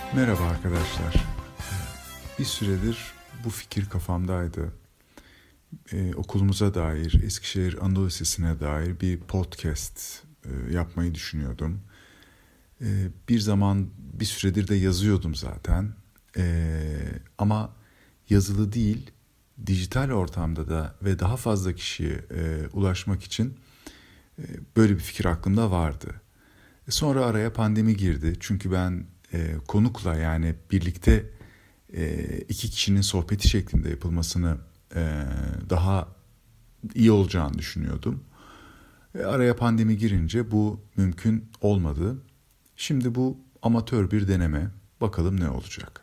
Merhaba arkadaşlar. Bir süredir bu fikir kafamdaydı. Okulumuza dair, Eskişehir Anadolu Lisesi'ne dair bir podcast yapmayı düşünüyordum. Bir zaman bir süredir de yazıyordum zaten. Ama yazılı değil, dijital ortamda da ve daha fazla kişiye ulaşmak için böyle bir fikir aklımda vardı. Sonra araya pandemi girdi. Çünkü ben konukla, yani birlikte iki kişinin sohbeti şeklinde yapılmasını daha iyi olacağını düşünüyordum. Araya pandemi girince bu mümkün olmadı. Şimdi bu amatör bir deneme. Bakalım ne olacak.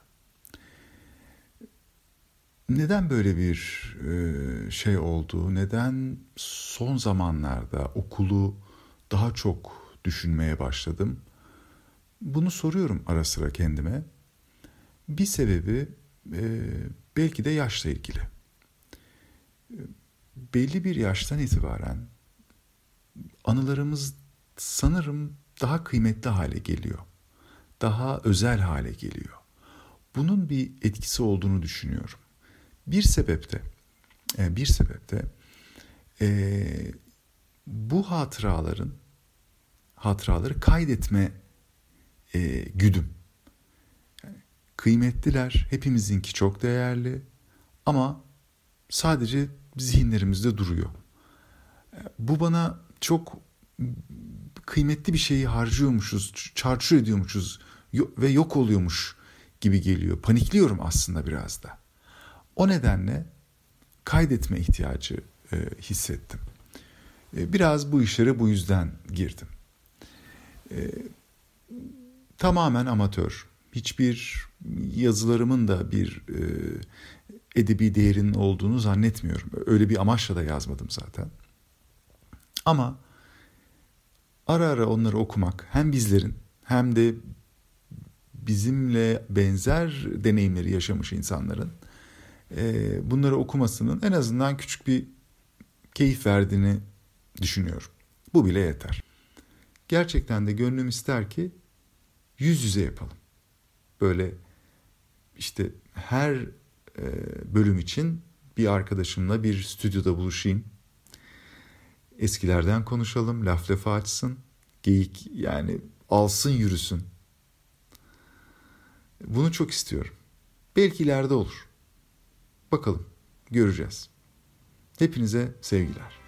Neden böyle bir şey oldu? Neden son zamanlarda okulu daha çok düşünmeye başladım? Bunu soruyorum ara sıra kendime. Bir sebebi belki de yaşla ilgili. Belli bir yaştan itibaren anılarımız sanırım daha kıymetli hale geliyor. Daha özel hale geliyor. Bunun bir etkisi olduğunu düşünüyorum. Bir sebepte bu hatıraları kaydetme güdüm. Kıymetliler, hepimizinki çok değerli ama sadece zihinlerimizde duruyor. Bu bana çok kıymetli bir şeyi harcıyormuşuz, çarçur ediyormuşuz ve yok oluyormuş gibi geliyor. Panikliyorum aslında biraz da. O nedenle kaydetme ihtiyacı hissettim. Biraz bu işlere bu yüzden girdim. Tamamen amatör. Hiçbir yazılarımın da bir edebi değerinin olduğunu zannetmiyorum. Öyle bir amaçla da yazmadım zaten. Ama ara ara onları okumak hem bizlerin hem de bizimle benzer deneyimleri yaşamış insanların bunları okumasının en azından küçük bir keyif verdiğini düşünüyorum. Bu bile yeter. Gerçekten de gönlüm ister ki yüz yüze yapalım. Böyle işte her bölüm için bir arkadaşımla bir stüdyoda buluşayım. Eskilerden konuşalım, laf lafa açsın, geyik yani alsın yürüsün. Bunu çok istiyorum. Belki ileride olur. Bakalım, göreceğiz. Hepinize sevgiler.